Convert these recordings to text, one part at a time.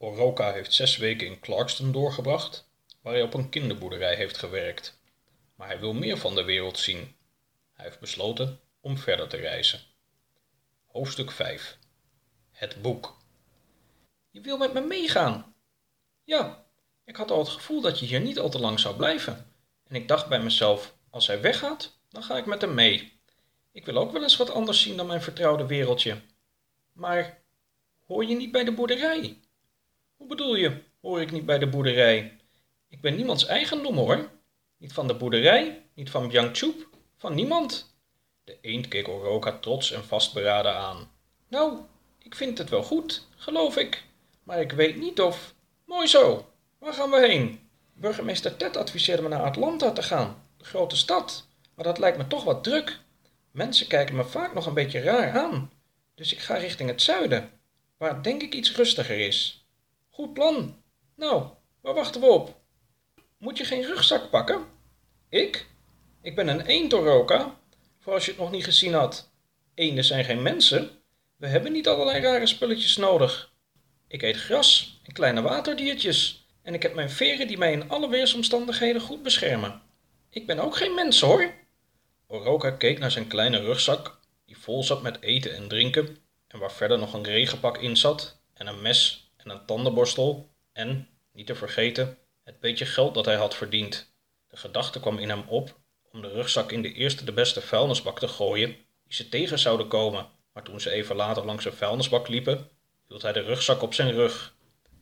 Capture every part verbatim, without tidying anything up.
Oroka heeft zes weken in Clarkston doorgebracht, waar hij op een kinderboerderij heeft gewerkt. Maar hij wil meer van de wereld zien. Hij heeft besloten om verder te reizen. Hoofdstuk vijf. Het boek. Je wil met me meegaan? Ja, ik had al het gevoel dat je hier niet al te lang zou blijven. En ik dacht bij mezelf, als hij weggaat, dan ga ik met hem mee. Ik wil ook wel eens wat anders zien dan mijn vertrouwde wereldje. Maar hoor je niet bij de boerderij? Hoe bedoel je, hoor ik niet bij de boerderij? Ik ben niemands eigendom hoor. Niet van de boerderij, niet van Byung-Chul, van niemand. De eend keek Oroka trots en vastberaden aan. Nou, ik vind het wel goed, geloof ik. Maar ik weet niet of... Mooi zo, waar gaan we heen? Burgemeester Ted adviseerde me naar Atlanta te gaan, de grote stad. Maar dat lijkt me toch wat druk. Mensen kijken me vaak nog een beetje raar aan. Dus ik ga richting het zuiden, waar het denk ik iets rustiger is. Goed plan. Nou, waar wachten we op? Moet je geen rugzak pakken? Ik? Ik ben een eend, Oroka. Voor als je het nog niet gezien had. Eenden zijn geen mensen. We hebben niet allerlei rare spulletjes nodig. Ik eet gras en kleine waterdiertjes. En ik heb mijn veren die mij in alle weersomstandigheden goed beschermen. Ik ben ook geen mens, hoor. Oroka keek naar zijn kleine rugzak, die vol zat met eten en drinken, en waar verder nog een regenpak in zat, en een mes en een tandenborstel, en, niet te vergeten, het beetje geld dat hij had verdiend. De gedachte kwam in hem op om de rugzak in de eerste de beste vuilnisbak te gooien, die ze tegen zouden komen, maar toen ze even later langs een vuilnisbak liepen, hield hij de rugzak op zijn rug.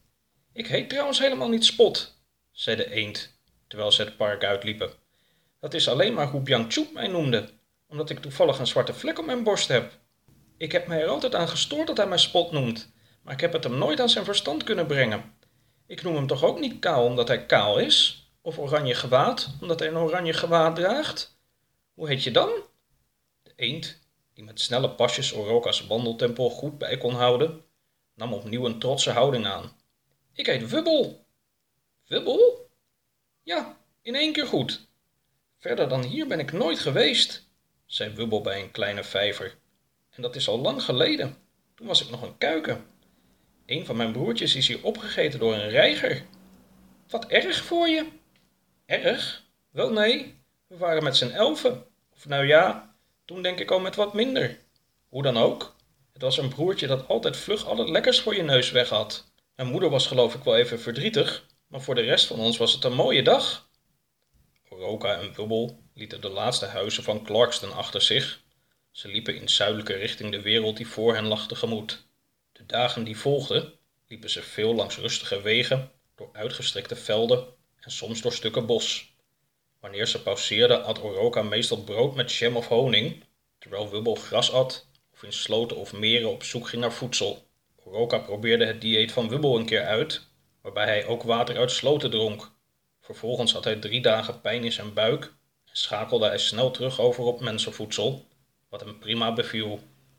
Ik heet trouwens helemaal niet Spot, zei de eend, terwijl ze het park uitliepen. Dat is alleen maar hoe Byung-Chul mij noemde, omdat ik toevallig een zwarte vlek op mijn borst heb. Ik heb mij er altijd aan gestoord dat hij mij Spot noemt, maar ik heb het hem nooit aan zijn verstand kunnen brengen. Ik noem hem toch ook niet kaal omdat hij kaal is? Of oranje gewaad omdat hij een oranje gewaad draagt? Hoe heet je dan? De eend, die met snelle pasjes Oroka's wandeltempo goed bij kon houden, nam opnieuw een trotse houding aan. Ik heet Wubbel. Wubbel? Ja, in één keer goed. Verder dan hier ben ik nooit geweest, zei Wubbel bij een kleine vijver. En dat is al lang geleden. Toen was ik nog een kuiken. Een van mijn broertjes is hier opgegeten door een reiger. Wat erg voor je. Erg? Wel nee, we waren met z'n elfen. Of nou ja, toen denk ik al met wat minder. Hoe dan ook, het was een broertje dat altijd vlug al het lekkers voor je neus weg had. Mijn moeder was geloof ik wel even verdrietig, maar voor de rest van ons was het een mooie dag. Oroka en Wubbel lieten de laatste huizen van Clarkston achter zich. Ze liepen in zuidelijke richting de wereld die voor hen lag tegemoet. De dagen die volgden liepen ze veel langs rustige wegen, door uitgestrekte velden en soms door stukken bos. Wanneer ze pauzeerden at Oroka meestal brood met jam of honing, terwijl Wubbel gras at of in sloten of meren op zoek ging naar voedsel. Oroka probeerde het dieet van Wubbel een keer uit, waarbij hij ook water uit sloten dronk. Vervolgens had hij drie dagen pijn in zijn buik en schakelde hij snel terug over op mensenvoedsel, wat hem prima beviel.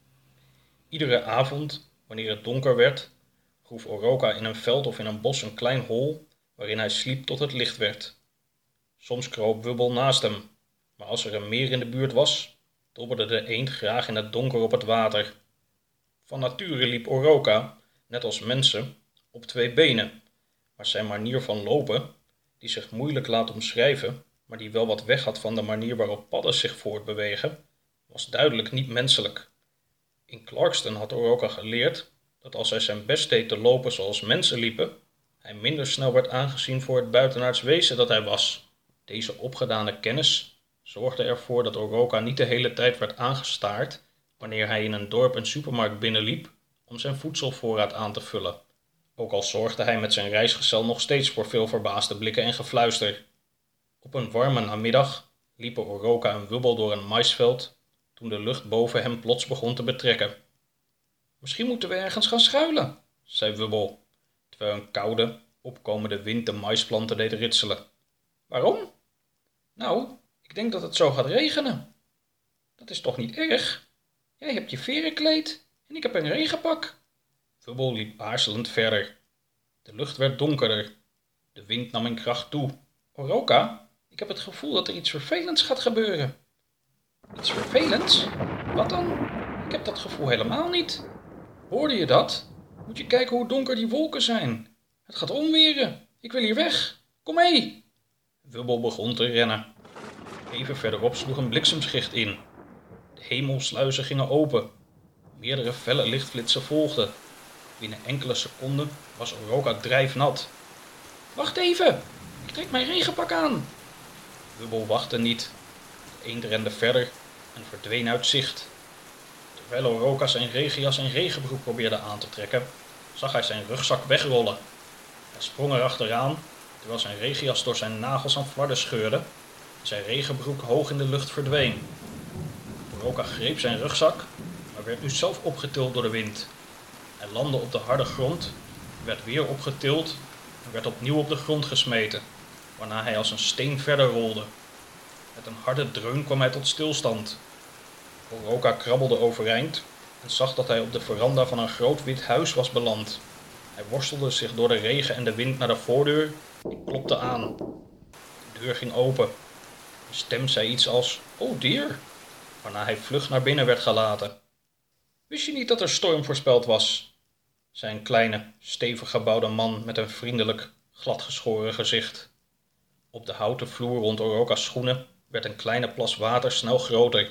Iedere avond, wanneer het donker werd, groef Oroka in een veld of in een bos een klein hol, waarin hij sliep tot het licht werd. Soms kroop Wubbel naast hem, maar als er een meer in de buurt was, dobberde de eend graag in het donker op het water. Van nature liep Oroka, net als mensen, op twee benen, maar zijn manier van lopen, die zich moeilijk laat omschrijven, maar die wel wat weg had van de manier waarop padden zich voortbewegen, was duidelijk niet menselijk. In Clarkston had Oroka geleerd dat als hij zijn best deed te lopen zoals mensen liepen, hij minder snel werd aangezien voor het buitenaards wezen dat hij was. Deze opgedane kennis zorgde ervoor dat Oroka niet de hele tijd werd aangestaard wanneer hij in een dorp een supermarkt binnenliep om zijn voedselvoorraad aan te vullen. Ook al zorgde hij met zijn reisgezel nog steeds voor veel verbaasde blikken en gefluister. Op een warme namiddag liepen Oroka en Wubbel door een maisveld toen de lucht boven hem plots begon te betrekken. Misschien moeten we ergens gaan schuilen, zei Wubbel, terwijl een koude, opkomende wind de maisplanten deed ritselen. Waarom? Nou, ik denk dat het zo gaat regenen. Dat is toch niet erg? Jij hebt je verenkleed en ik heb een regenpak. Wubbel liep aarzelend verder. De lucht werd donkerder. De wind nam in kracht toe. Oroka, ik heb het gevoel dat er iets vervelends gaat gebeuren. Iets vervelends? Wat dan? Ik heb dat gevoel helemaal niet. Hoorde je dat? Moet je kijken hoe donker die wolken zijn. Het gaat onweren. Ik wil hier weg. Kom mee. Wubbel begon te rennen. Even verderop sloeg een bliksemschicht in. De hemelsluizen gingen open. Meerdere felle lichtflitsen volgden. Binnen enkele seconden was Oroka drijfnat. Wacht even. Ik trek mijn regenpak aan. Wubbel wachtte niet. De eend rende verder en verdween uit zicht. Terwijl Oroka zijn regenjas en regenbroek probeerde aan te trekken, zag hij zijn rugzak wegrollen. Hij sprong erachteraan, terwijl zijn regenjas door zijn nagels aan flarden scheurde en zijn regenbroek hoog in de lucht verdween. Oroka greep zijn rugzak, maar werd nu zelf opgetild door de wind. Hij landde op de harde grond, werd weer opgetild en werd opnieuw op de grond gesmeten, waarna hij als een steen verder rolde. Met een harde dreun kwam hij tot stilstand. Oroka krabbelde overeind en zag dat hij op de veranda van een groot wit huis was beland. Hij worstelde zich door de regen en de wind naar de voordeur en klopte aan. De deur ging open. Een stem zei iets als, oh dear, waarna hij vlug naar binnen werd gelaten. Wist je niet dat er storm voorspeld was? Zei een kleine, stevig gebouwde man met een vriendelijk, gladgeschoren gezicht. Op de houten vloer rond Oroka's schoenen werd een kleine plas water snel groter.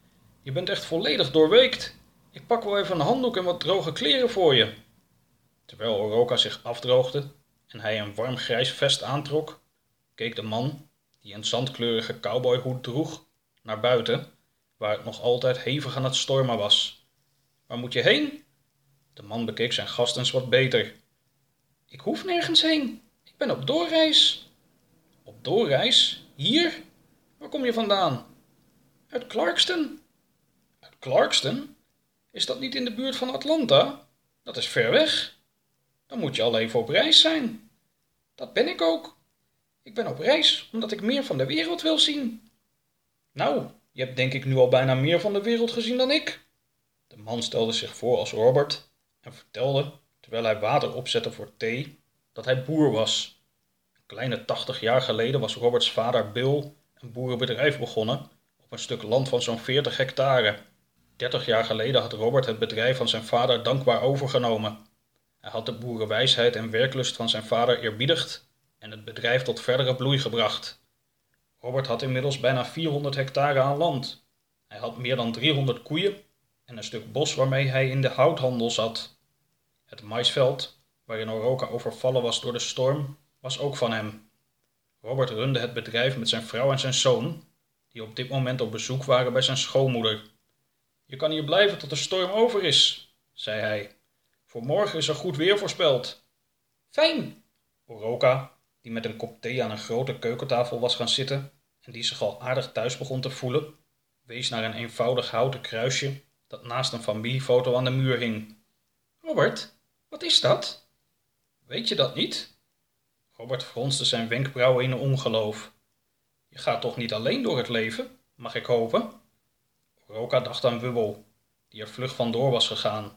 Je bent echt volledig doorweekt. Ik pak wel even een handdoek en wat droge kleren voor je. Terwijl Oroka zich afdroogde en hij een warm grijs vest aantrok, keek de man, die een zandkleurige cowboyhoed droeg, naar buiten, waar het nog altijd hevig aan het stormen was. Waar moet je heen? De man bekeek zijn gast eens wat beter. Ik hoef nergens heen. Ik ben op doorreis. Op doorreis? Hier? Waar kom je vandaan? Uit Clarkston. Uit Clarkston? Is dat niet in de buurt van Atlanta? Dat is ver weg. Dan moet je al even op reis zijn. Dat ben ik ook. Ik ben op reis omdat ik meer van de wereld wil zien. Nou, je hebt denk ik nu al bijna meer van de wereld gezien dan ik. De man stelde zich voor als Robert en vertelde, terwijl hij water opzette voor thee, dat hij boer was. Een kleine tachtig jaar geleden was Roberts vader Bill een boerenbedrijf begonnen op een stuk land van zo'n veertig hectare. dertig jaar geleden had Robert het bedrijf van zijn vader dankbaar overgenomen. Hij had de boerenwijsheid en werklust van zijn vader eerbiedigd en het bedrijf tot verdere bloei gebracht. Robert had inmiddels bijna vierhonderd hectare aan land. Hij had meer dan driehonderd koeien en een stuk bos waarmee hij in de houthandel zat. Het maisveld, waarin Oroka overvallen was door de storm, was ook van hem. Robert runde het bedrijf met zijn vrouw en zijn zoon, die op dit moment op bezoek waren bij zijn schoonmoeder. Je kan hier blijven tot de storm over is, zei hij. Voor morgen is er goed weer voorspeld. Fijn! Oroka, die met een kop thee aan een grote keukentafel was gaan zitten en die zich al aardig thuis begon te voelen, wees naar een eenvoudig houten kruisje dat naast een familiefoto aan de muur hing. Robert, wat is dat? Weet je dat niet? Robert fronste zijn wenkbrauwen in ongeloof. Je gaat toch niet alleen door het leven, mag ik hopen? Oroka dacht aan Wubbel, die er vlug vandoor was gegaan.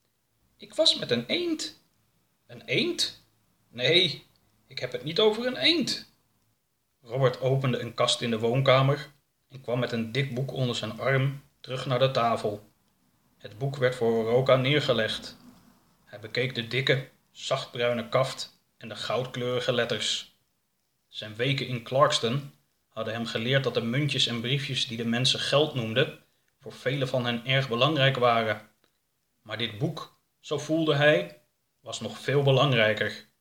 Ik was met een eend. Een eend? Nee, ik heb het niet over een eend. Robert opende een kast in de woonkamer en kwam met een dik boek onder zijn arm terug naar de tafel. Het boek werd voor Oroka neergelegd. Hij bekeek de dikke, zachtbruine kaft en de goudkleurige letters. Zijn weken in Clarkston hadden hem geleerd dat de muntjes en briefjes die de mensen geld noemden, voor velen van hen erg belangrijk waren. Maar dit boek, zo voelde hij, was nog veel belangrijker.